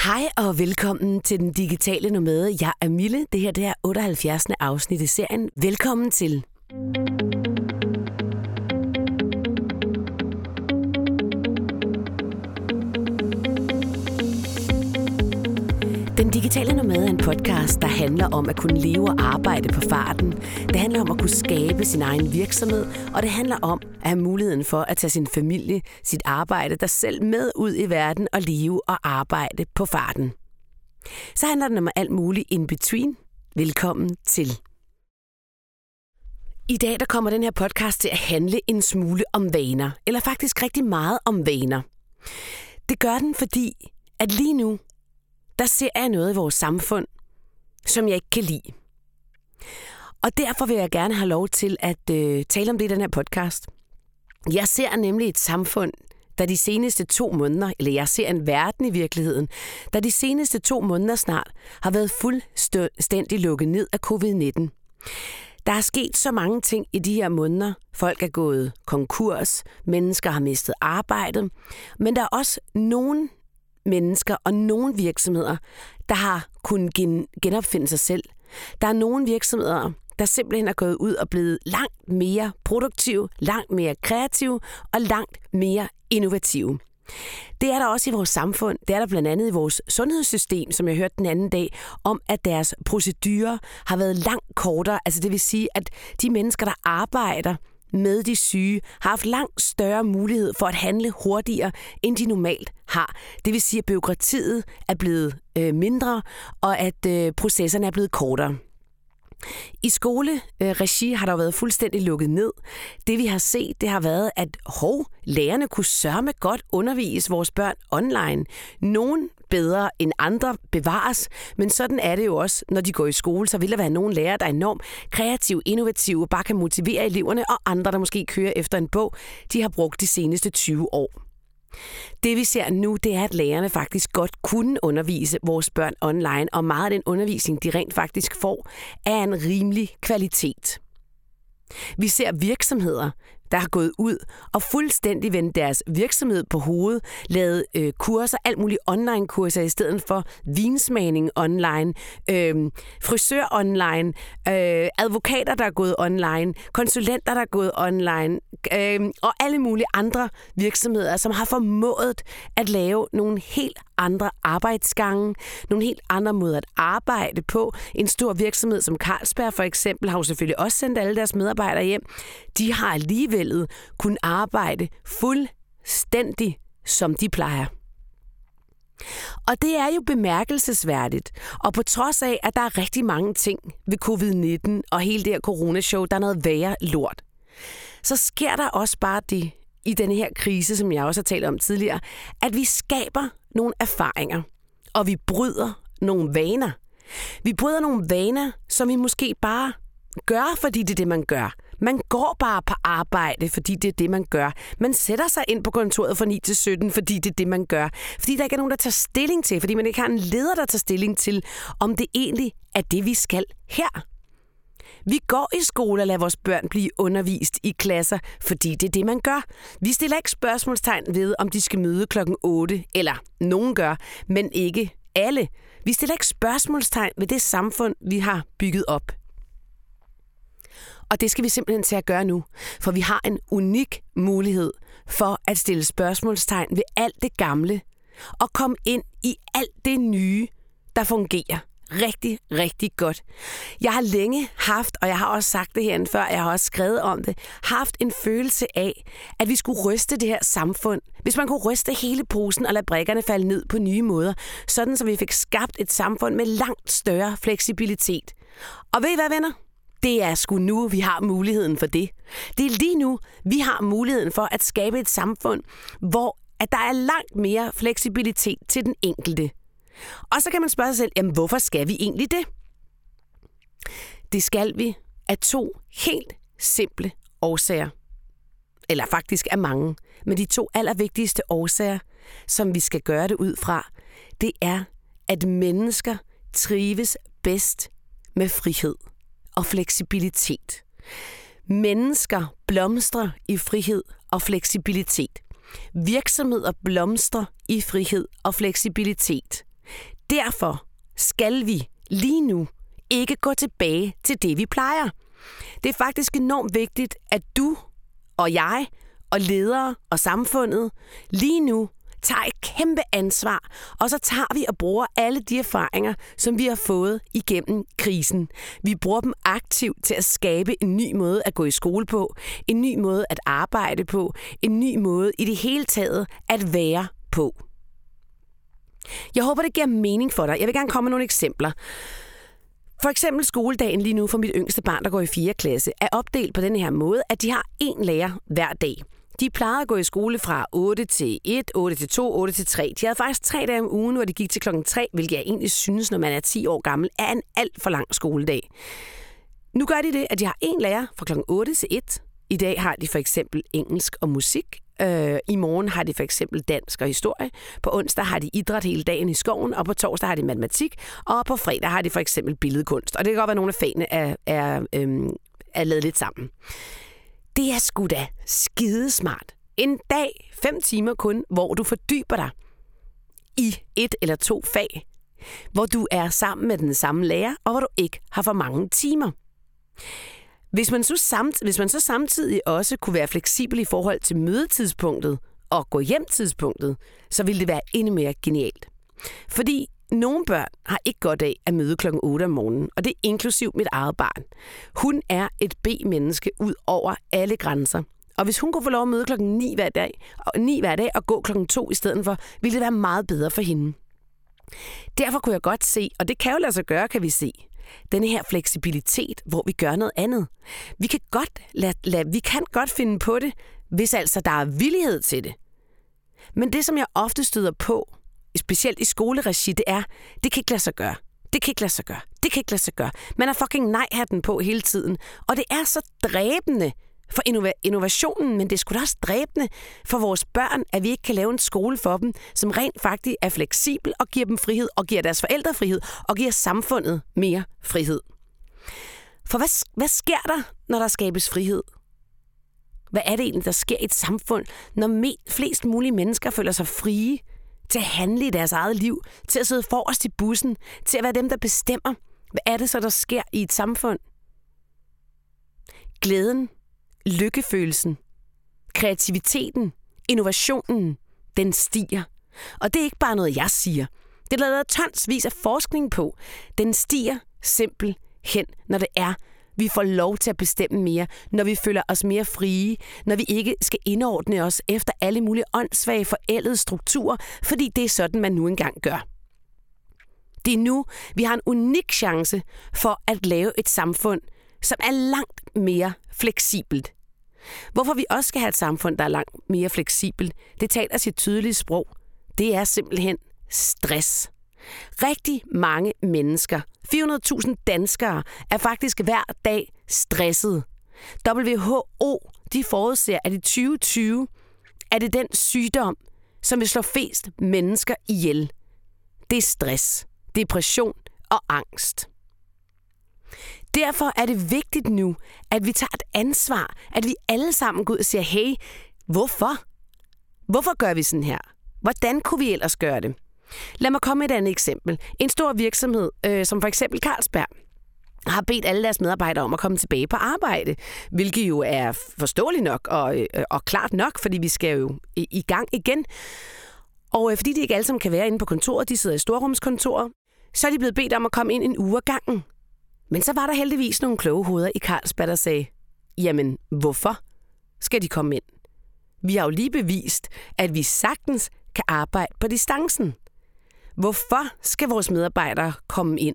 Hej og velkommen til Den Digitale Nomade. Jeg er Mille. Det her er 78. afsnit i serien. Velkommen til. Den Digitale Nomade er en podcast, der handler om at kunne leve og arbejde på farten. Det handler om at kunne skabe sin egen virksomhed, og det handler om at have muligheden for at tage sin familie, sit arbejde, der selv med ud i verden og leve og arbejde på farten. Så handler det om alt muligt in between. Velkommen til. I dag der kommer den her podcast til at handle en smule om vaner, eller faktisk rigtig meget om vaner. Det gør den, fordi at lige nu, der ser jeg noget i vores samfund, som jeg ikke kan lide. Og derfor vil jeg gerne have lov til at tale om det i den her podcast. Jeg ser nemlig et samfund, der de seneste 2 måneder, eller jeg ser en verden i virkeligheden, der de seneste 2 måneder snart har været fuldstændig lukket ned af covid-19. Der er sket så mange ting i de her måneder. Folk er gået konkurs, mennesker har mistet arbejdet, men der er også nogle mennesker og nogle virksomheder, der har kunnet genopfinde sig selv. Der er nogle virksomheder, der simpelthen er gået ud og blevet langt mere produktive, langt mere kreative og langt mere innovative. Det er der også i vores samfund. Det er der blandt andet i vores sundhedssystem, som jeg hørte den anden dag, om at deres procedurer har været langt kortere. Altså det vil sige, at de mennesker, der arbejder med de syge, har haft langt større mulighed for at handle hurtigere, end de normalt har. Det vil sige, at bureaukratiet er blevet mindre, og at processerne er blevet kortere. I skoleregi har der været fuldstændig lukket ned. Det vi har set, det har været, at lærerne kunne sørme godt undervise vores børn online. Nogen bedre end andre bevares, men sådan er det jo også, når de går i skole. Så vil der være nogle lærere, der er enormt kreative, innovative og bare kan motivere eleverne, og andre, der måske kører efter en bog, de har brugt de seneste 20 år. Det vi ser nu, det er, at lærerne faktisk godt kunne undervise vores børn online, og meget af den undervisning, de rent faktisk får, er en rimelig kvalitet. Vi ser virksomheder, der har gået ud og fuldstændig vendt deres virksomhed på hovedet, lavet kurser, alt muligt online-kurser i stedet for vinsmagning online, frisør online, advokater, der er gået online, konsulenter, der er gået online, og alle mulige andre virksomheder, som har formået at lave nogle helt andre arbejdsgange, nogle helt andre måder at arbejde på. En stor virksomhed som Carlsberg for eksempel har jo selvfølgelig også sendt alle deres medarbejdere hjem. De har alligevel kunnet arbejde fuldstændig som de plejer. Og det er jo bemærkelsesværdigt. Og på trods af, at der er rigtig mange ting ved covid-19 og hele det her coronashow, der er noget værre lort, så sker der også bare det i denne her krise, som jeg også har talt om tidligere, at vi skaber nogle erfaringer, og vi bryder nogle vaner. Vi bryder nogle vaner, som vi måske bare gør, fordi det er det, man gør. Man går bare på arbejde, fordi det er det, man gør. Man sætter sig ind på kontoret fra 9 til 17, fordi det er det, man gør. Fordi der ikke er nogen, der tager stilling til, fordi man ikke har en leder, der tager stilling til, om det egentlig er det, vi skal her. Vi går i skole og lader vores børn blive undervist i klasser, fordi det er det, man gør. Vi stiller ikke spørgsmålstegn ved, om de skal møde klokken 8, eller nogen gør, men ikke alle. Vi stiller ikke spørgsmålstegn ved det samfund, vi har bygget op. Og det skal vi simpelthen til at gøre nu, for vi har en unik mulighed for at stille spørgsmålstegn ved alt det gamle og komme ind i alt det nye, der fungerer rigtig, rigtig godt. Jeg har længe haft, og jeg har også sagt det herinde før, jeg har også skrevet om det, haft en følelse af, at vi skulle ryste det her samfund. Hvis man kunne ryste hele posen og lade brikkerne falde ned på nye måder, sådan så vi fik skabt et samfund med langt større fleksibilitet. Og ved I hvad, venner? Det er sgu nu, vi har muligheden for det. Det er lige nu, vi har muligheden for at skabe et samfund, hvor at der er langt mere fleksibilitet til den enkelte. Og så kan man spørge sig selv, jamen hvorfor skal vi egentlig det? Det skal vi af 2 helt simple årsager. Eller faktisk af mange. Men de 2 allervigtigste årsager, som vi skal gøre det ud fra, det er, at mennesker trives bedst med frihed og fleksibilitet. Mennesker blomstrer i frihed og fleksibilitet. Virksomheder blomstrer i frihed og fleksibilitet. Derfor skal vi lige nu ikke gå tilbage til det, vi plejer. Det er faktisk enormt vigtigt, at du og jeg og ledere og samfundet lige nu tager et kæmpe ansvar, og så tager vi og bruger alle de erfaringer, som vi har fået igennem krisen. Vi bruger dem aktivt til at skabe en ny måde at gå i skole på, en ny måde at arbejde på, en ny måde i det hele taget at være på. Jeg håber, det giver mening for dig. Jeg vil gerne komme med nogle eksempler. For eksempel skoledagen lige nu for mit yngste barn, der går i 4. klasse, er opdelt på den her måde, at de har én lærer hver dag. De plejede at gå i skole fra 8 til 1, 8 til 2, 8 til 3. De havde faktisk 3 dage om ugen, hvor de gik til klokken 3, hvilket jeg egentlig synes, når man er 10 år gammel, er en alt for lang skoledag. Nu gør de det, at de har én lærer fra klokken 8 til 1. I dag har de for eksempel engelsk og musik. I morgen har de for eksempel dansk og historie. På onsdag har de idræt hele dagen i skoven, og på torsdag har de matematik, og på fredag har de for eksempel billedkunst. Og det kan godt være, at nogle af fagene er lavet lidt sammen. Det er sgu da skidesmart. En dag, 5 timer kun, hvor du fordyber dig i 1 eller 2 fag, hvor du er sammen med den samme lærer, og hvor du ikke har for mange timer. Hvis man så samtidig også kunne være fleksibel i forhold til mødetidspunktet og gå hjem-tidspunktet, så ville det være endnu mere genialt. Fordi nogle børn har ikke godt af at møde klokken 8 om morgenen, og det er inklusiv mit eget barn. Hun er et B-menneske ud over alle grænser. Og hvis hun kunne få lov at møde klokken 9 hver dag og gå klokken 2 i stedet for, ville det være meget bedre for hende. Derfor kunne jeg godt se, og det kan jo lade sig gøre, kan vi se, denne her fleksibilitet, hvor vi gør noget andet. Vi kan godt finde på det, hvis altså der er villighed til det. Men det, som jeg ofte støder på, specielt i skoleregi, det er, det kan ikke lade sig gøre. Det kan ikke lade sig gøre. Det kan ikke lade sig gøre. Man har fucking nej-hatten på hele tiden. Og det er så dræbende for innovationen, men det er sgu da også dræbende for vores børn, at vi ikke kan lave en skole for dem, som rent faktisk er fleksibel og giver dem frihed, og giver deres forældre frihed, og giver samfundet mere frihed. For hvad sker der, når der skabes frihed? Hvad er det egentlig, der sker i et samfund, når flest mulige mennesker føler sig frie til at handle i deres eget liv, til at sidde forrest i bussen, til at være dem, der bestemmer? Hvad er det så, der sker i et samfund? Glæden, lykkefølelsen, kreativiteten, innovationen, den stiger. Og det er ikke bare noget, jeg siger. Det er lavet tonsvis af forskning på. Den stiger simpelthen, når det er, vi får lov til at bestemme mere, når vi føler os mere frie, når vi ikke skal indordne os efter alle mulige åndssvage, forældede strukturer, fordi det er sådan, man nu engang gør. Det er nu, vi har en unik chance for at lave et samfund, som er langt mere fleksibelt. Hvorfor vi også skal have et samfund, der er langt mere fleksibelt, det taler sit tydelige sprog. Det er simpelthen stress. Rigtig mange mennesker, 400.000 danskere, er faktisk hver dag stressede. WHO, de forudser, at i 2020 er det den sygdom, som vil slå flest mennesker ihjel. Det er stress, depression og angst. Derfor er det vigtigt nu, at vi tager et ansvar, at vi alle sammen går ud og siger, hey, hvorfor? Hvorfor gør vi sådan her? Hvordan kunne vi ellers gøre det? Lad mig komme med et andet eksempel. En stor virksomhed, som for eksempel Carlsberg, har bedt alle deres medarbejdere om at komme tilbage på arbejde, hvilket jo er forståeligt nok og klart nok, fordi vi skal jo i gang igen. Og fordi de ikke alle sammen kan være inde på kontoret, de sidder i storrumskontorer, så er de blevet bedt om at komme ind en uge ad gangen. Men så var der heldigvis nogle kloge hoveder i Carlsberg, der sagde, jamen hvorfor skal de komme ind? Vi har jo lige bevist, at vi sagtens kan arbejde på distancen. Hvorfor skal vores medarbejdere komme ind?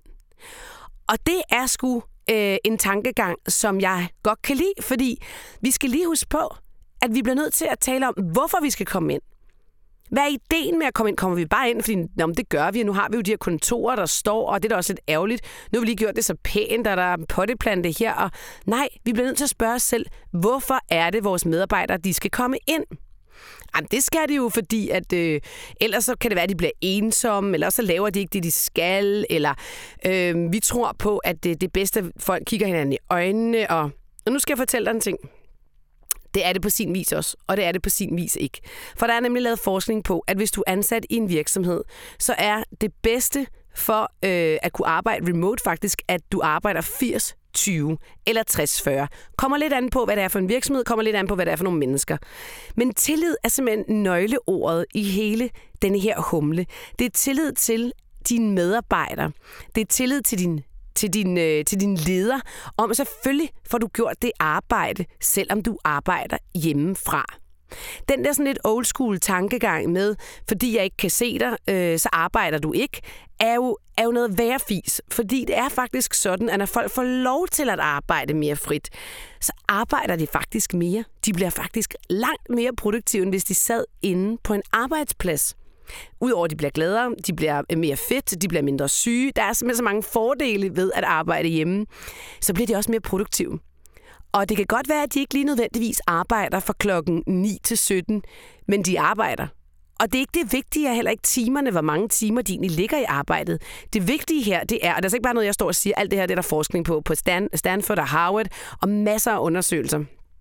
Og det er sgu en tankegang, som jeg godt kan lide, fordi vi skal lige huske på, at vi bliver nødt til at tale om, hvorfor vi skal komme ind. Hvad er ideen med at komme ind? Kommer vi bare ind, fordi det gør vi, og nu har vi jo de her kontorer, der står, og det er da også lidt ærgerligt. Nu har vi lige gjort det så pænt, og der er en potteplante her. Og nej, vi bliver nødt til at spørge os selv, hvorfor er det vores medarbejdere, de skal komme ind? Jamen, det skal de jo, fordi at ellers så kan det være, at de bliver ensomme, eller så laver de ikke det, de skal, eller vi tror på, at det bedste, at folk kigger hinanden i øjnene, og nu skal jeg fortælle dig en ting. Det er det på sin vis også, og det er det på sin vis ikke. For der er nemlig lavet forskning på, at hvis du er ansat i en virksomhed, så er det bedste for at kunne arbejde remote faktisk, at du arbejder 80-20 eller 60-40. Kommer lidt an på, hvad det er for en virksomhed, kommer lidt an på, hvad det er for nogle mennesker. Men tillid er simpelthen nøgleordet i hele denne her humle. Det er tillid til dine medarbejdere. Det er tillid til din leder, om selvfølgelig får du gjort det arbejde, selvom du arbejder hjemmefra. Den der sådan lidt old school tankegang med, fordi jeg ikke kan se dig, så arbejder du ikke, er jo noget værre fis. Fordi det er faktisk sådan, at når folk får lov til at arbejde mere frit, så arbejder de faktisk mere. De bliver faktisk langt mere produktive, end hvis de sad inde på en arbejdsplads. Udover at de bliver gladere, de bliver mere fedt, de bliver mindre syge. Der er simpelthen så mange fordele ved at arbejde hjemme. Så bliver de også mere produktive. Og det kan godt være, at de ikke lige nødvendigvis arbejder fra klokken 9 til 17, men de arbejder. Og det er ikke det vigtige, er heller ikke timerne, hvor mange timer de egentlig ligger i arbejdet. Det vigtige her, det er, og det er ikke bare noget, jeg står og siger, alt det her, det er der forskning på Stanford og Harvard, og masser af undersøgelser.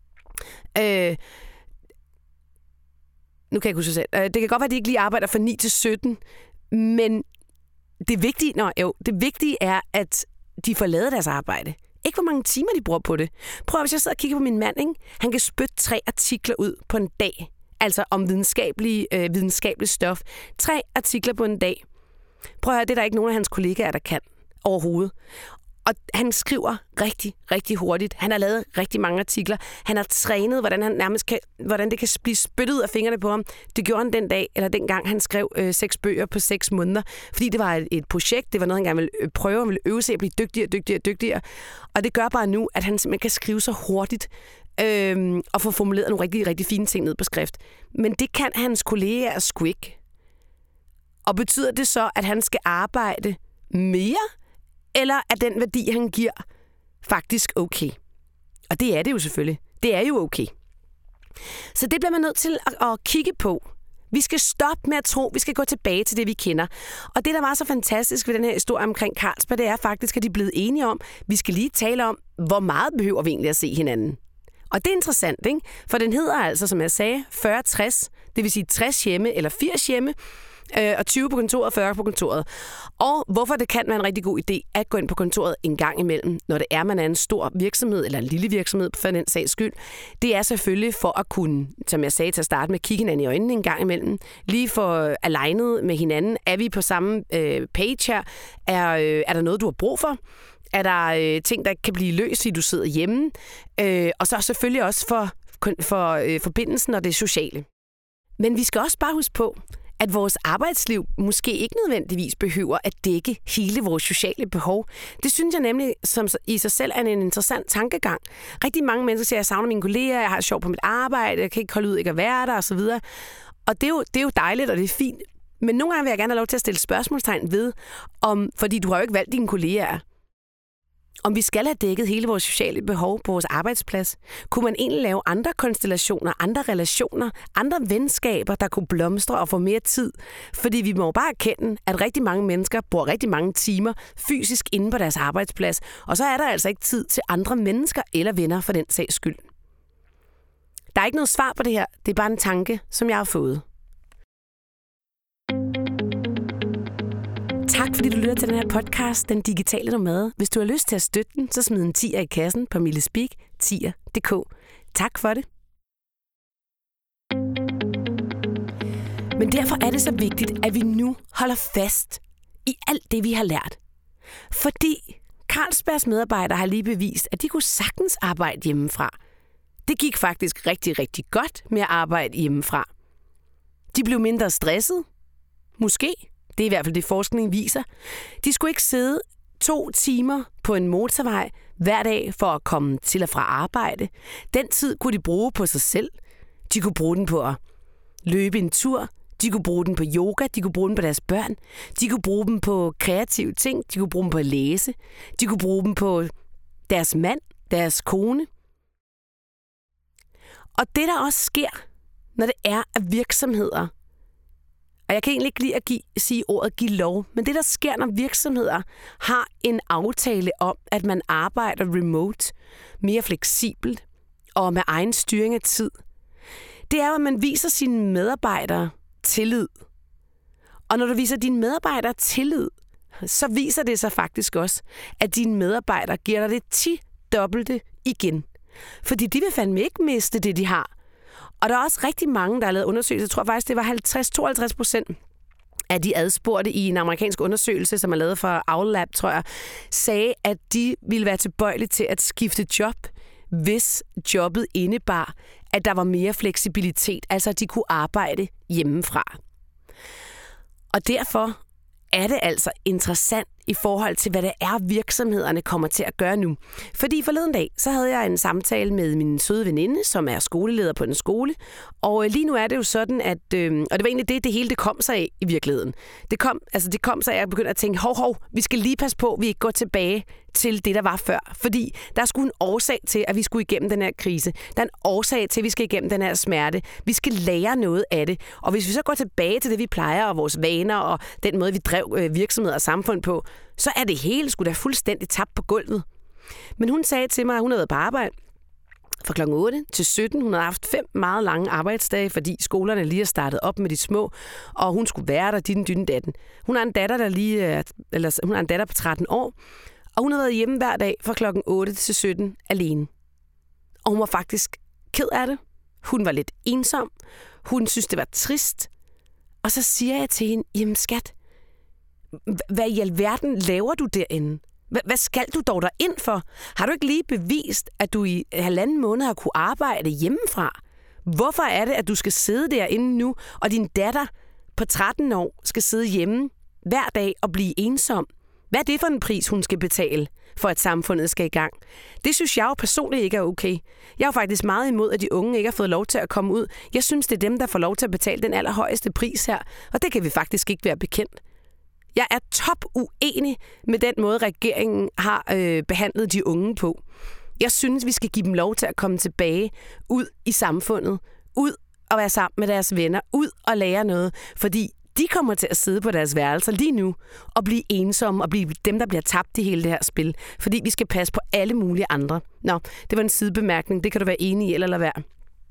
Nu kan jeg ikke huske selv. Det kan godt være, at de ikke lige arbejder fra 9 til 17, men det vigtige er, at de får lavet deres arbejde. Ikke hvor mange timer de bruger på det. Prøv, hvis jeg sidder og kigger på min mand, ikke? Han kan spytte 3 artikler ud på en dag. Altså om videnskabeligt stof. 3 artikler på en dag. Prøv at høre, det er der ikke nogen af hans kollegaer, der kan overhovedet. Og han skriver rigtig, rigtig hurtigt. Han har lavet rigtig mange artikler. Han har trænet, hvordan det kan blive spyttet ud af fingrene på ham. Det gjorde han den dag, eller dengang han skrev 6 bøger på 6 måneder. Fordi det var et projekt, det var noget, han gerne ville prøve, han ville øve sig at blive dygtigere. Og det gør bare nu, at han simpelthen kan skrive så hurtigt, og få formuleret nogle rigtig, rigtig fine ting ned på skrift. Men det kan hans kollegaer sgu ikke. Og betyder det så, at han skal arbejde mere, eller er den værdi, han giver, faktisk okay? Og det er det jo selvfølgelig. Det er jo okay. Så det bliver man nødt til at kigge på. Vi skal stoppe med at tro, vi skal gå tilbage til det, vi kender. Og det, der var så fantastisk ved den her historie omkring Carlsberg, det er faktisk, at de er blevet enige om, vi skal lige tale om, hvor meget behøver vi egentlig at se hinanden. Og det er interessant, ikke? For den hedder altså, som jeg sagde, 40-60, det vil sige 60 hjemme eller 80 hjemme, og 20 på kontoret og 40 på kontoret. Og hvorfor det kan være en rigtig god idé at gå ind på kontoret en gang imellem, når det er, man er en stor virksomhed eller en lille virksomhed for den sags skyld, det er selvfølgelig for at kunne, som jeg sagde til at starte med, kigge hinanden i øjnene en gang imellem, lige få alignet med hinanden. Er vi på samme page her? Er der noget, du har brug for? Er der ting, der kan blive løst, fordi du sidder hjemme? Og så selvfølgelig også for forbindelsen og det sociale. Men vi skal også bare huske på, at vores arbejdsliv måske ikke nødvendigvis behøver at dække hele vores sociale behov. Det synes jeg nemlig som i sig selv er en interessant tankegang. Rigtig mange mennesker siger, at jeg savner mine kolleger, jeg har sjov på mit arbejde, jeg kan ikke holde ud ikke at være der osv. Og det er jo dejligt, og det er fint. Men nogle gange vil jeg gerne have lov til at stille spørgsmålstegn ved, fordi du har jo ikke valgt dine kolleger, om vi skal have dækket hele vores sociale behov på vores arbejdsplads. Kunne man egentlig lave andre konstellationer, andre relationer, andre venskaber, der kunne blomstre og få mere tid? Fordi vi må bare erkende, at rigtig mange mennesker bruger rigtig mange timer fysisk inde på deres arbejdsplads, og så er der altså ikke tid til andre mennesker eller venner for den sags skyld. Der er ikke noget svar på det her, det er bare en tanke, som jeg har fået. Tak fordi du lytter til den her podcast, Den Digitale Nomade. Hvis du har lyst til at støtte den, så smid en 10'er i kassen på Millespeak, 10'er.dk. Tak for det. Men derfor er det så vigtigt, at vi nu holder fast i alt det, vi har lært. Fordi Carlsbergs medarbejdere har lige bevist, at de kunne sagtens arbejde hjemmefra. Det gik faktisk rigtig, rigtig godt med at arbejde hjemmefra. De blev mindre stresset. Måske. Det er i hvert fald det, forskning viser. De skulle ikke sidde 2 timer på en motorvej hver dag for at komme til og fra arbejde. Den tid kunne de bruge på sig selv. De kunne bruge den på at løbe en tur. De kunne bruge den på yoga. De kunne bruge den på deres børn. De kunne bruge dem på kreative ting. De kunne bruge dem på at læse. De kunne bruge dem på deres mand, deres kone. Og det, der også sker, når det er, at virksomheder, og jeg kan egentlig ikke lide at sige ordet give lov, men det, der sker, når virksomheder har en aftale om, at man arbejder remote, mere fleksibelt og med egen styring af tid, det er, at man viser sine medarbejdere tillid. Og når du viser dine medarbejdere tillid, så viser det sig faktisk også, at dine medarbejdere giver dig det 10-dobbelte igen. Fordi de vil fandme ikke miste det, de har. Og der er også rigtig mange, der har lavet undersøgelser. Jeg tror faktisk, det var 50-52% af de adspurgte i en amerikansk undersøgelse, som er lavet for Owl Lab, tror jeg, sagde, at de ville være tilbøjelige til at skifte job, hvis jobbet indebar, at der var mere fleksibilitet, altså at de kunne arbejde hjemmefra. Og derfor er det altså interessant i forhold til, hvad det er, virksomhederne kommer til at gøre nu. Fordi forleden dag, så havde jeg en samtale med min søde veninde, som er skoleleder på en skole. Og lige nu er det jo sådan, at, og det var egentlig det hele det kom sig af i virkeligheden. Det kom sig af, at jeg begyndte at tænke, vi skal lige passe på, at vi ikke går tilbage til det, der var før. Fordi der er sgu en årsag til, at vi skulle igennem den her krise. Der er en årsag til, at vi skal igennem den her smerte. Vi skal lære noget af det. Og hvis vi så går tilbage til det, vi plejer, og vores vaner, og den måde, vi drev virksomheder og samfund på, så er det hele sgu da fuldstændig tabt på gulvet. Men hun sagde til mig, at hun havde været på arbejde fra kl. 8 til 17. Hun havde haft 5 meget lange arbejdsdage, fordi skolerne lige er startet op med de små, og hun skulle være der, dytten datten. Hun har en datter, hun har en datter på 13 år, og hun har været hjemme hver dag fra kl. 8 til 17 alene. Og hun var faktisk ked af det. Hun var lidt ensom. Hun synes, det var trist. Og så siger jeg til hende, jamen skat, hvad i alverden laver du derinde? Hvad skal du dog derind for? Har du ikke lige bevist, at du i 1,5 måned har kunne arbejde hjemmefra? Hvorfor er det, at du skal sidde derinde nu, og din datter på 13 år skal sidde hjemme hver dag og blive ensom? Hvad er det for en pris, hun skal betale, for at samfundet skal i gang? Det synes jeg jo personligt ikke er okay. Jeg er jo faktisk meget imod, at de unge ikke har fået lov til at komme ud. Jeg synes, det er dem, der får lov til at betale den allerhøjeste pris her, og det kan vi faktisk ikke være bekendt. Jeg er uenig med den måde, regeringen har behandlet de unge på. Jeg synes, vi skal give dem lov til at komme tilbage ud i samfundet, ud og være sammen med deres venner, ud og lære noget, fordi de kommer til at sidde på deres værelser lige nu og blive ensomme og blive dem, der bliver tabt i hele det her spil, fordi vi skal passe på alle mulige andre. Nå, det var en sidebemærkning. Det kan du være enig i eller lade være.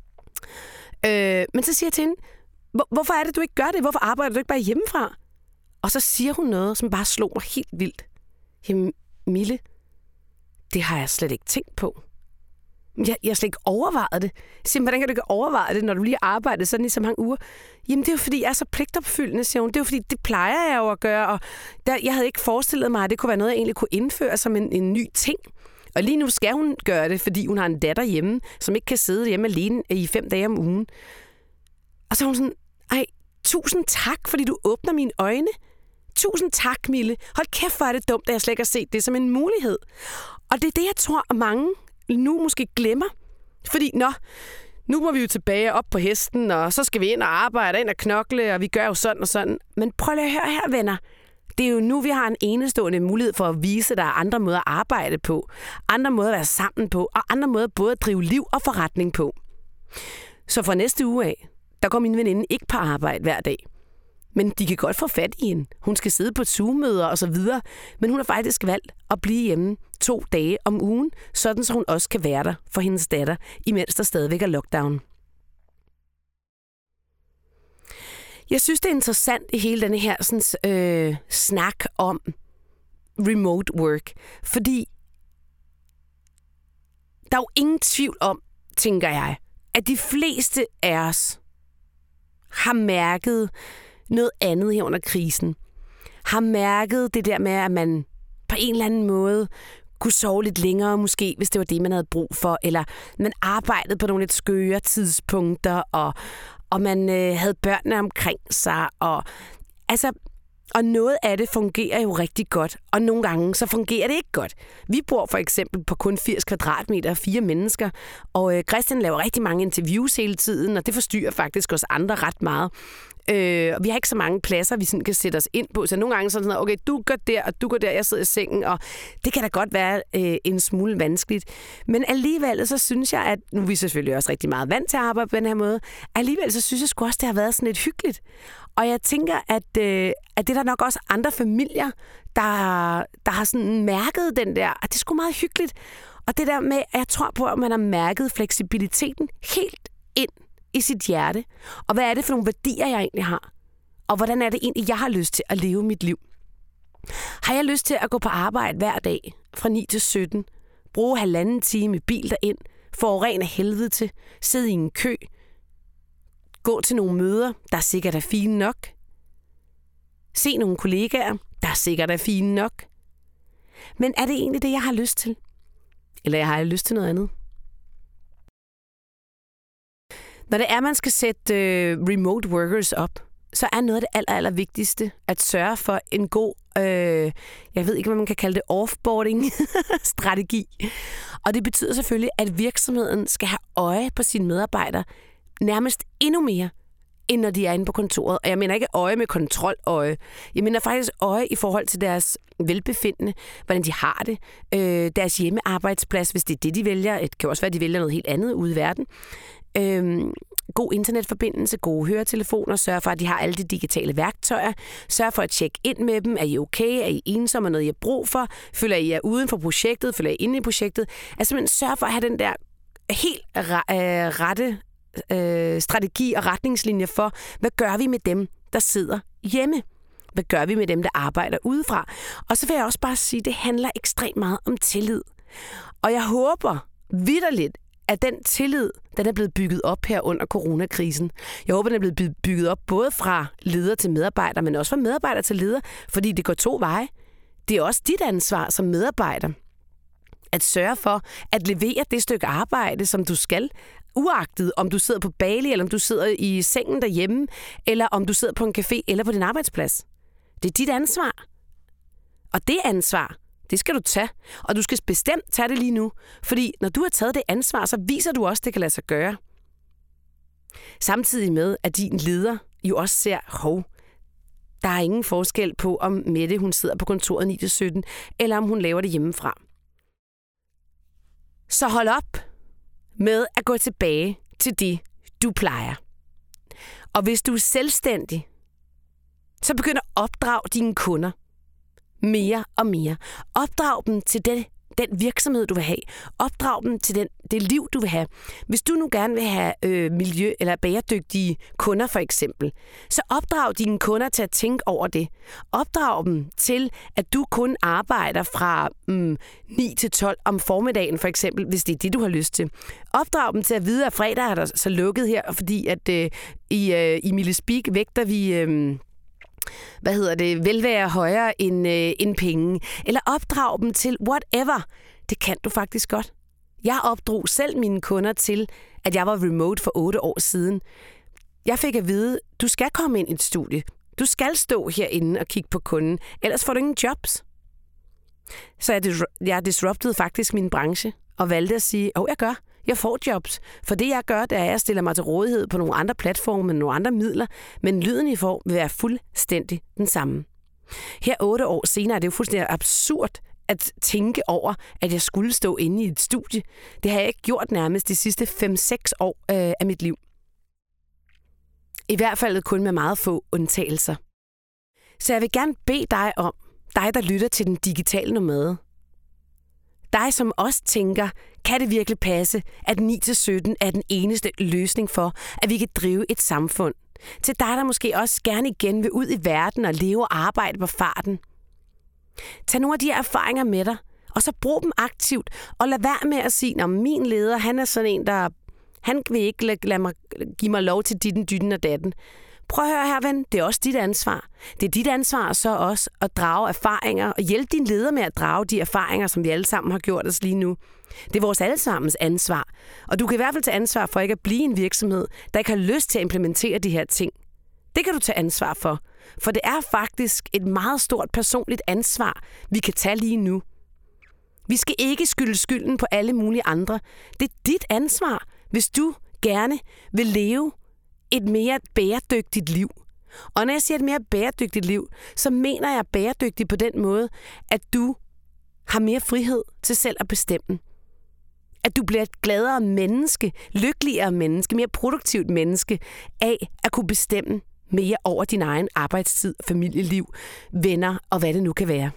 Men så siger jeg til hende, hvorfor er det, du ikke gør det? Hvorfor arbejder du ikke bare hjemmefra? Og så siger hun noget, som bare slog mig helt vildt. Jamen, Mille, det har jeg slet ikke tænkt på. Jeg har slet ikke overvejet det. Siger, hvordan kan du ikke overveje det, når du lige arbejder sådan i så mange uger? Jamen, det er jo fordi, jeg er så pligtopfyldende, siger hun. Det er jo fordi, det plejer jeg jo at gøre. Og jeg havde ikke forestillet mig, at det kunne være noget, jeg egentlig kunne indføre som en ny ting. Og lige nu skal hun gøre det, fordi hun har en datter hjemme, som ikke kan sidde hjemme alene i 5 dage om ugen. Og så er hun sådan, tusind tak, fordi du åbner mine øjne. Tusind tak, Mille. Hold kæft, hvor er det dumt, at jeg slet ikke har set det som en mulighed. Og det er det, jeg tror, at mange nu måske glemmer. Fordi, nu må vi jo tilbage op på hesten, og så skal vi ind og arbejde, ind og knokle, og vi gør jo sådan og sådan. Men prøv lige at høre her, venner. Det er jo nu, vi har en enestående mulighed for at vise, at der er andre måder at arbejde på, andre måder at være sammen på, og andre måder både at drive liv og forretning på. Så fra næste uge af, der går min veninde ikke på arbejde hver dag. Men de kan godt få fat i hende. Hun skal sidde på Zoom-møder og så videre. Men hun har faktisk valgt at blive hjemme 2 dage om ugen, sådan så hun også kan være der for hendes datter, imens der stadigvæk er lockdown. Jeg synes, det er interessant i hele denne her snak om remote work, fordi der er jo ingen tvivl om, tænker jeg, at de fleste af os har mærket noget andet her under krisen. Har mærket det der med, at man på en eller anden måde kunne sove lidt længere, måske, hvis det var det, man havde brug for, eller man arbejdede på nogle lidt skøre tidspunkter, og man havde børnene omkring sig, og noget af det fungerer jo rigtig godt, og nogle gange så fungerer det ikke godt. Vi bor for eksempel på kun 80 kvadratmeter og 4 mennesker, og Christian laver rigtig mange interviews hele tiden, og det forstyrrer faktisk os andre ret meget. Vi har ikke så mange pladser, vi sådan kan sætte os ind på, så nogle gange sådan noget, okay, du går der, og du går der, jeg sidder i sengen, og det kan da godt være en smule vanskeligt. Men alligevel så synes jeg, at nu er vi selvfølgelig også rigtig meget vant til at arbejde på den her måde, alligevel så synes jeg sgu også, det har været sådan lidt hyggeligt. Og jeg tænker, at det er der nok også andre familier, der har sådan mærket den der, at det er sgu meget hyggeligt. Og det der med, at jeg tror på, at man har mærket fleksibiliteten helt ind i sit hjerte. Og hvad er det for nogle værdier, jeg egentlig har? Og hvordan er det egentlig, jeg har lyst til at leve mit liv? Har jeg lyst til at gå på arbejde hver dag fra 9 til 17, bruge 1,5 time i bil derind, forurene helvede til, sidde i en kø, gå til nogle møder, der sikkert er fine nok, se nogle kollegaer, der sikkert er fine nok. Men er det egentlig det, jeg har lyst til? Eller har jeg lyst til noget andet? Når det er, man skal sætte remote workers op, så er noget af det aller vigtigste at sørge for en god, jeg ved ikke, hvad man kan kalde det, offboarding-strategi. Og det betyder selvfølgelig, at virksomheden skal have øje på sine medarbejdere nærmest endnu mere, end når de er inde på kontoret. Og jeg mener ikke øje med kontroløje. Jeg mener faktisk øje i forhold til deres velbefindende, hvordan de har det, deres hjemmearbejdsplads, hvis det er det, de vælger. Det kan også være, at de vælger noget helt andet ude i verden. God internetforbindelse, gode høretelefoner, sørg for, at de har alle de digitale værktøjer, sørg for at tjekke ind med dem, er I okay, er I ensomme, er noget, I har brug for, føler I er uden for projektet, føler I inde i projektet, altså simpelthen sørg for at have den der helt rette strategi og retningslinjer for, hvad gør vi med dem, der sidder hjemme? Hvad gør vi med dem, der arbejder udefra? Og så vil jeg også bare sige, at det handler ekstremt meget om tillid. Og jeg håber vitterligt, at den tillid, den er blevet bygget op her under coronakrisen. Jeg håber, den er blevet bygget op både fra leder til medarbejder, men også fra medarbejder til leder, fordi det går 2 veje. Det er også dit ansvar som medarbejder at sørge for at levere det stykke arbejde, som du skal, uagtet om du sidder på Bali, eller om du sidder i sengen derhjemme, eller om du sidder på en café eller på din arbejdsplads. Det er dit ansvar. Og det ansvar, det skal du tage. Og du skal bestemt tage det lige nu. Fordi når du har taget det ansvar, så viser du også, at det kan lade sig gøre. Samtidig med, at din leder jo også ser, der er ingen forskel på, om Mette hun sidder på kontoret 9-17, eller om hun laver det hjemmefra. Så hold op med at gå tilbage til det, du plejer. Og hvis du er selvstændig, så begynd at opdrage dine kunder mere og mere. Opdrag dem til den virksomhed, du vil have. Opdrag dem til det liv, du vil have. Hvis du nu gerne vil have miljø- eller bæredygtige kunder for eksempel, så opdrag dine kunder til at tænke over det. Opdrag dem til, at du kun arbejder fra 9 til 12 om formiddagen for eksempel, hvis det er det, du har lyst til. Opdrag dem til at vide, at fredag er der så lukket her, fordi at i Mille Speak vægter vi velvære højere end penge. Eller opdrag dem til whatever. Det kan du faktisk godt. Jeg opdrog selv mine kunder til, at jeg var remote for 8 år siden. Jeg fik at vide, du skal komme ind i et studie. Du skal stå herinde og kigge på kunden, ellers får du ingen jobs. Så jeg disruptede faktisk min branche og valgte at sige, jeg gør. Jeg får jobs. For det, jeg gør, det er, at jeg stiller mig til rådighed på nogle andre platforme med nogle andre midler, men lyden I får vil være fuldstændig den samme. Her 8 år senere er det jo fuldstændig absurd at tænke over, at jeg skulle stå inde i et studie. Det har jeg ikke gjort nærmest de sidste 5-6 år af mit liv. I hvert fald kun med meget få undtagelser. Så jeg vil gerne bede dig om, dig der lytter til den digitale nomade, dig som også tænker, kan det virkelig passe, at 9-17 er den eneste løsning for, at vi kan drive et samfund? Til dig, der måske også gerne igen vil ud i verden og leve og arbejde på farten. Tag nogle af de her erfaringer med dig, og så brug dem aktivt, og lad være med at sige, at min leder, han er sådan en, han vil ikke give mig lov til dytten og datten. Prøv at høre her, ven. Det er også dit ansvar. Det er dit ansvar så også at drage erfaringer og hjælpe din leder med at drage de erfaringer, som vi alle sammen har gjort os lige nu. Det er vores allesammens ansvar. Og du kan i hvert fald tage ansvar for ikke at blive en virksomhed, der ikke har lyst til at implementere de her ting. Det kan du tage ansvar for. For det er faktisk et meget stort personligt ansvar, vi kan tage lige nu. Vi skal ikke skylde skylden på alle mulige andre. Det er dit ansvar, hvis du gerne vil leve et mere bæredygtigt liv. Og når jeg siger et mere bæredygtigt liv, så mener jeg bæredygtigt på den måde, at du har mere frihed til selv at bestemme. At du bliver et gladere menneske, lykkeligere menneske, mere produktivt menneske af at kunne bestemme mere over din egen arbejdstid, familieliv, venner og hvad det nu kan være.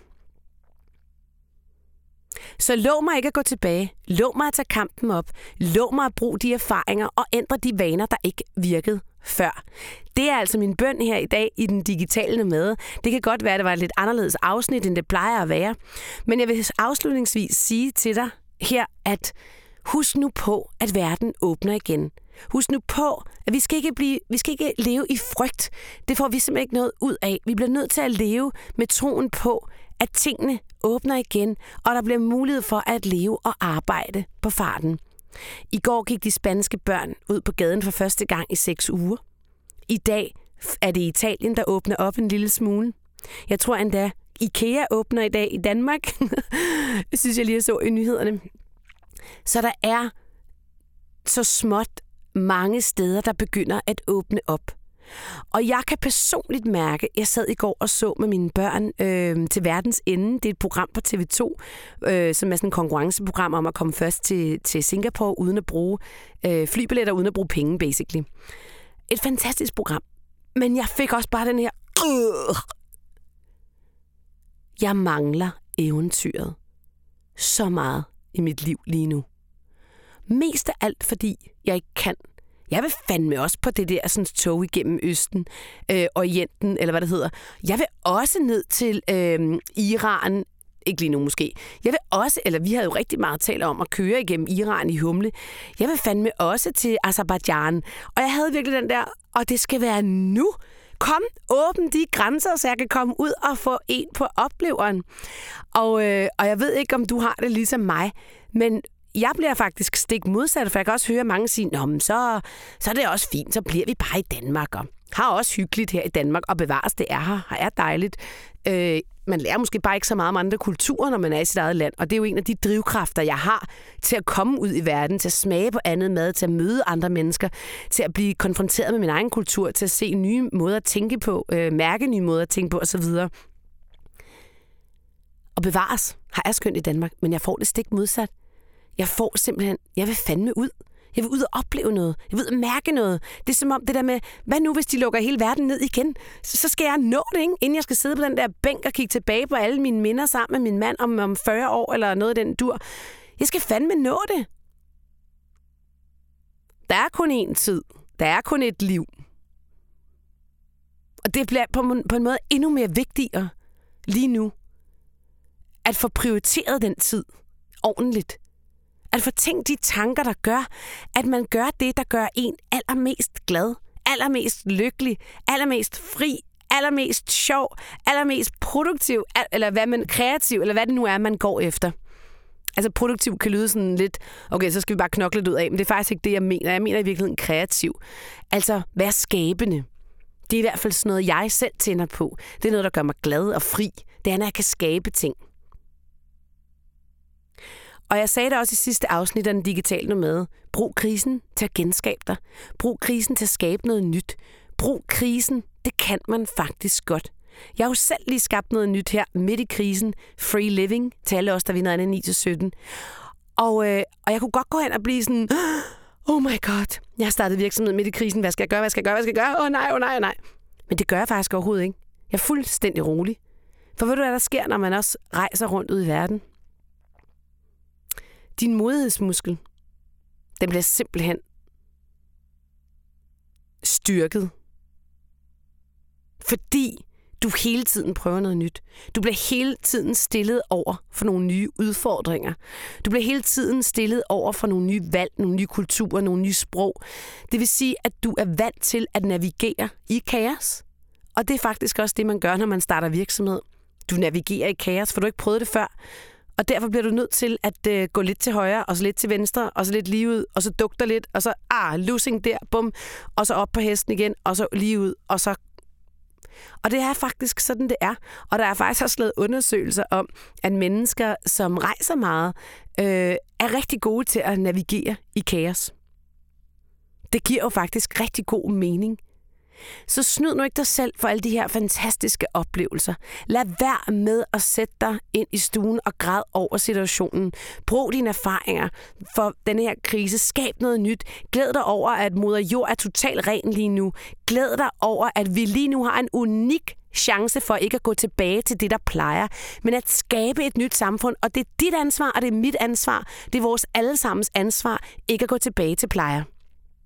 Så lov mig ikke at gå tilbage. Lov mig at tage kampen op. Lov mig at bruge de erfaringer og ændre de vaner, der ikke virkede før. Det er altså min bøn her i dag i den digitale nomade. Det kan godt være, at det var et lidt anderledes afsnit, end det plejer at være. Men jeg vil afslutningsvis sige til dig her, at husk nu på, at verden åbner igen. Husk nu på, at vi skal ikke leve i frygt. Det får vi simpelthen ikke noget ud af. Vi bliver nødt til at leve med troen på, at tingene åbner igen, og der bliver mulighed for at leve og arbejde på farten. I går gik de spanske børn ud på gaden for første gang i 6 uger. I dag er det Italien, der åbner op en lille smule. Jeg tror endda, IKEA åbner i dag i Danmark. Det synes jeg lige så i nyhederne. Så der er så småt mange steder, der begynder at åbne op. Og jeg kan personligt mærke, jeg sad i går og så med mine børn til verdens ende. Det er et program på TV2, som er sådan et konkurrenceprogram om at komme først til Singapore uden at bruge flybilletter, uden at bruge penge, basically. Et fantastisk program. Men jeg fik også bare den her... Jeg mangler eventyret så meget i mit liv lige nu. Mest af alt, fordi jeg ikke kan. Jeg vil fandme også på det der sådan, tog igennem Østen, Orienten, eller hvad det hedder. Jeg vil også ned til Iran, ikke lige nu måske. Jeg vil også, eller vi havde jo rigtig meget talt om at køre igennem Iran i humle. Jeg vil fandme også til Aserbajdsjan. Og jeg havde virkelig den der, og det skal være nu. Kom, åbn de grænser, så jeg kan komme ud og få en på opleveren. Og jeg ved ikke, om du har det ligesom mig, men jeg bliver faktisk stik modsat, for jeg kan også høre mange sige, nå, men så er det også fint, så bliver vi bare i Danmark, og har også hyggeligt her i Danmark, og bevares, det er her er dejligt. Man lærer måske bare ikke så meget om andre kulturer, når man er i sit eget land, og det er jo en af de drivkræfter, jeg har til at komme ud i verden, til at smage på andet mad, til at møde andre mennesker, til at blive konfronteret med min egen kultur, til at se nye måder at tænke på, mærke nye måder at tænke på, osv. Og bevares har jeg skønt i Danmark, men jeg får det stik modsat. Jeg vil fandme ud. Jeg vil ud og opleve noget. Jeg vil ud og mærke noget. Det er som om det der med, hvad nu hvis de lukker hele verden ned igen? Så skal jeg nå det, ikke? Inden jeg skal sidde på den der bænk og kigge tilbage på alle mine minder sammen med min mand om 40 år eller noget af den dur. Jeg skal fandme nå det. Der er kun én tid. Der er kun et liv. Og det bliver på en måde endnu mere vigtigere lige nu at få prioriteret den tid ordentligt. At få tænkt de tanker, der gør, at man gør det, der gør en allermest glad, allermest lykkelig, allermest fri, allermest sjov, allermest produktiv, eller hvad man kreativ, eller hvad det nu er, man går efter. Altså produktiv kan lyde sådan lidt, okay, så skal vi bare knokle lidt ud af, men det er faktisk ikke det, jeg mener. Jeg mener i virkeligheden kreativ. Altså være skabende. Det er i hvert fald sådan noget, jeg selv tænder på. Det er noget, der gør mig glad og fri. Det er, når jeg kan skabe ting. Og jeg sagde det også i sidste afsnit af Den Digitale Nomade. Brug krisen til at genskabe dig. Brug krisen til at skabe noget nyt. Brug krisen, det kan man faktisk godt. Jeg har jo selv lige skabt noget nyt her midt i krisen. Free living til alle os, der vinder an 9-17. Og jeg kunne godt gå hen og blive sådan, oh my god, jeg har startet virksomhed midt i krisen. Hvad skal jeg gøre? Åh nej. Men det gør jeg faktisk overhovedet ikke. Jeg er fuldstændig rolig. For ved du, hvad der sker, når man også rejser rundt ud i verden? Din modighedsmuskel, den bliver simpelthen styrket. Fordi du hele tiden prøver noget nyt. Du bliver hele tiden stillet over for nogle nye udfordringer. Du bliver hele tiden stillet over for nogle nye valg, nogle nye kulturer, nogle nye sprog. Det vil sige, at du er vant til at navigere i kaos. Og det er faktisk også det, man gør, når man starter virksomhed. Du navigerer i kaos, for du har ikke prøvet det før. Og derfor bliver du nødt til at gå lidt til højre, og så lidt til venstre, og så lidt lige ud, og så dugter lidt, og så losing der, bum, og så op på hesten igen, og så lige ud, og så... Og det er faktisk sådan, det er. Og der er faktisk også lavet undersøgelser om, at mennesker, som rejser meget, er rigtig gode til at navigere i kaos. Det giver jo faktisk rigtig god mening. Så snyd nu ikke dig selv for alle de her fantastiske oplevelser. Lad være med at sætte dig ind i stuen og græd over situationen. Brug dine erfaringer for denne her krise. Skab noget nyt. Glæd dig over, at moder jord er totalt ren lige nu. Glæd dig over, at vi lige nu har en unik chance for ikke at gå tilbage til det, der plejer, men at skabe et nyt samfund. Og det er dit ansvar, og det er mit ansvar. Det er vores allesammens ansvar, ikke at gå tilbage til plejer.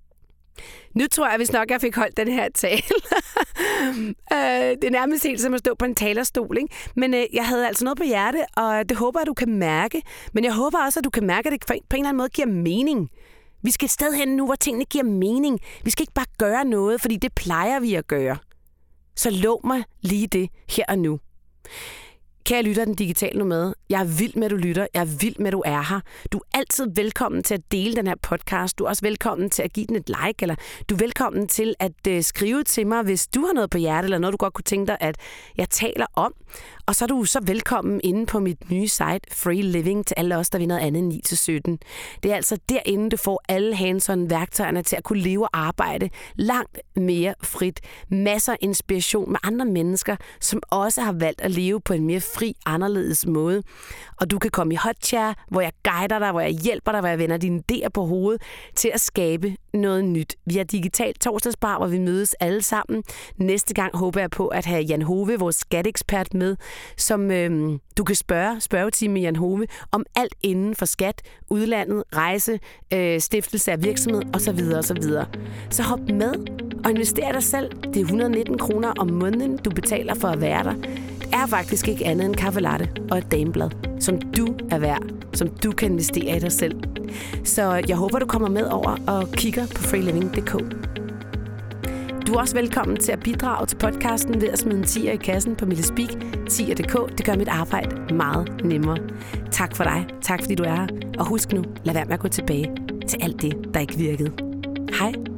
Nu tror jeg, hvis nok jeg fik holdt den her tale. Det er nærmest helt som at stå på en talerstol, ikke? Men jeg havde altså noget på hjerte, og det håber jeg, du kan mærke. Men jeg håber også, at du kan mærke, at det på en eller anden måde giver mening. Vi skal et sted hen nu, hvor tingene giver mening. Vi skal ikke bare gøre noget, fordi det plejer vi at gøre. Så lov mig lige det her og nu. Kære lytter, den digitale nomade. Jeg er vild med, at du lytter. Jeg er vild med, at du er her. Du er altid velkommen til at dele den her podcast. Du er også velkommen til at give den et like, eller du er velkommen til at skrive til mig, hvis du har noget på hjertet, eller noget, du godt kunne tænke dig, at jeg taler om. Og så er du så velkommen inde på mit nye site, Free Living, til alle os, der vil noget andet 9-17. Det er altså derinde, du får alle hands-on-værktøjerne til at kunne leve og arbejde langt mere frit. Masser af inspiration med andre mennesker, som også har valgt at leve på en mere fri, anderledes måde. Og du kan komme i hotchair, hvor jeg guider dig, hvor jeg hjælper dig, hvor jeg vender dine idéer på hovedet til at skabe noget nyt. Vi har digital torsdagsbar, hvor vi mødes alle sammen. Næste gang håber jeg på at have Jan Hove, vores skatteekspert, med, som du kan spørgetime med Jan Hove om alt inden for skat, udlandet, rejse, stiftelse af virksomhed osv. osv. Så hop med og invester i dig selv. Det er 119 kroner om måneden, du betaler for at være der. Det er faktisk ikke andet end kaffe latte og et dameblad, som du er værd, som du kan investere i dig selv. Så jeg håber, du kommer med over og kigger på freeliving.dk. Du er også velkommen til at bidrage til podcasten ved at smide en 10'er i kassen på Millespeak, 10'er.dk. Det gør mit arbejde meget nemmere. Tak for dig. Tak fordi du er her. Og husk nu, lad være med at gå tilbage til alt det, der ikke virkede. Hej.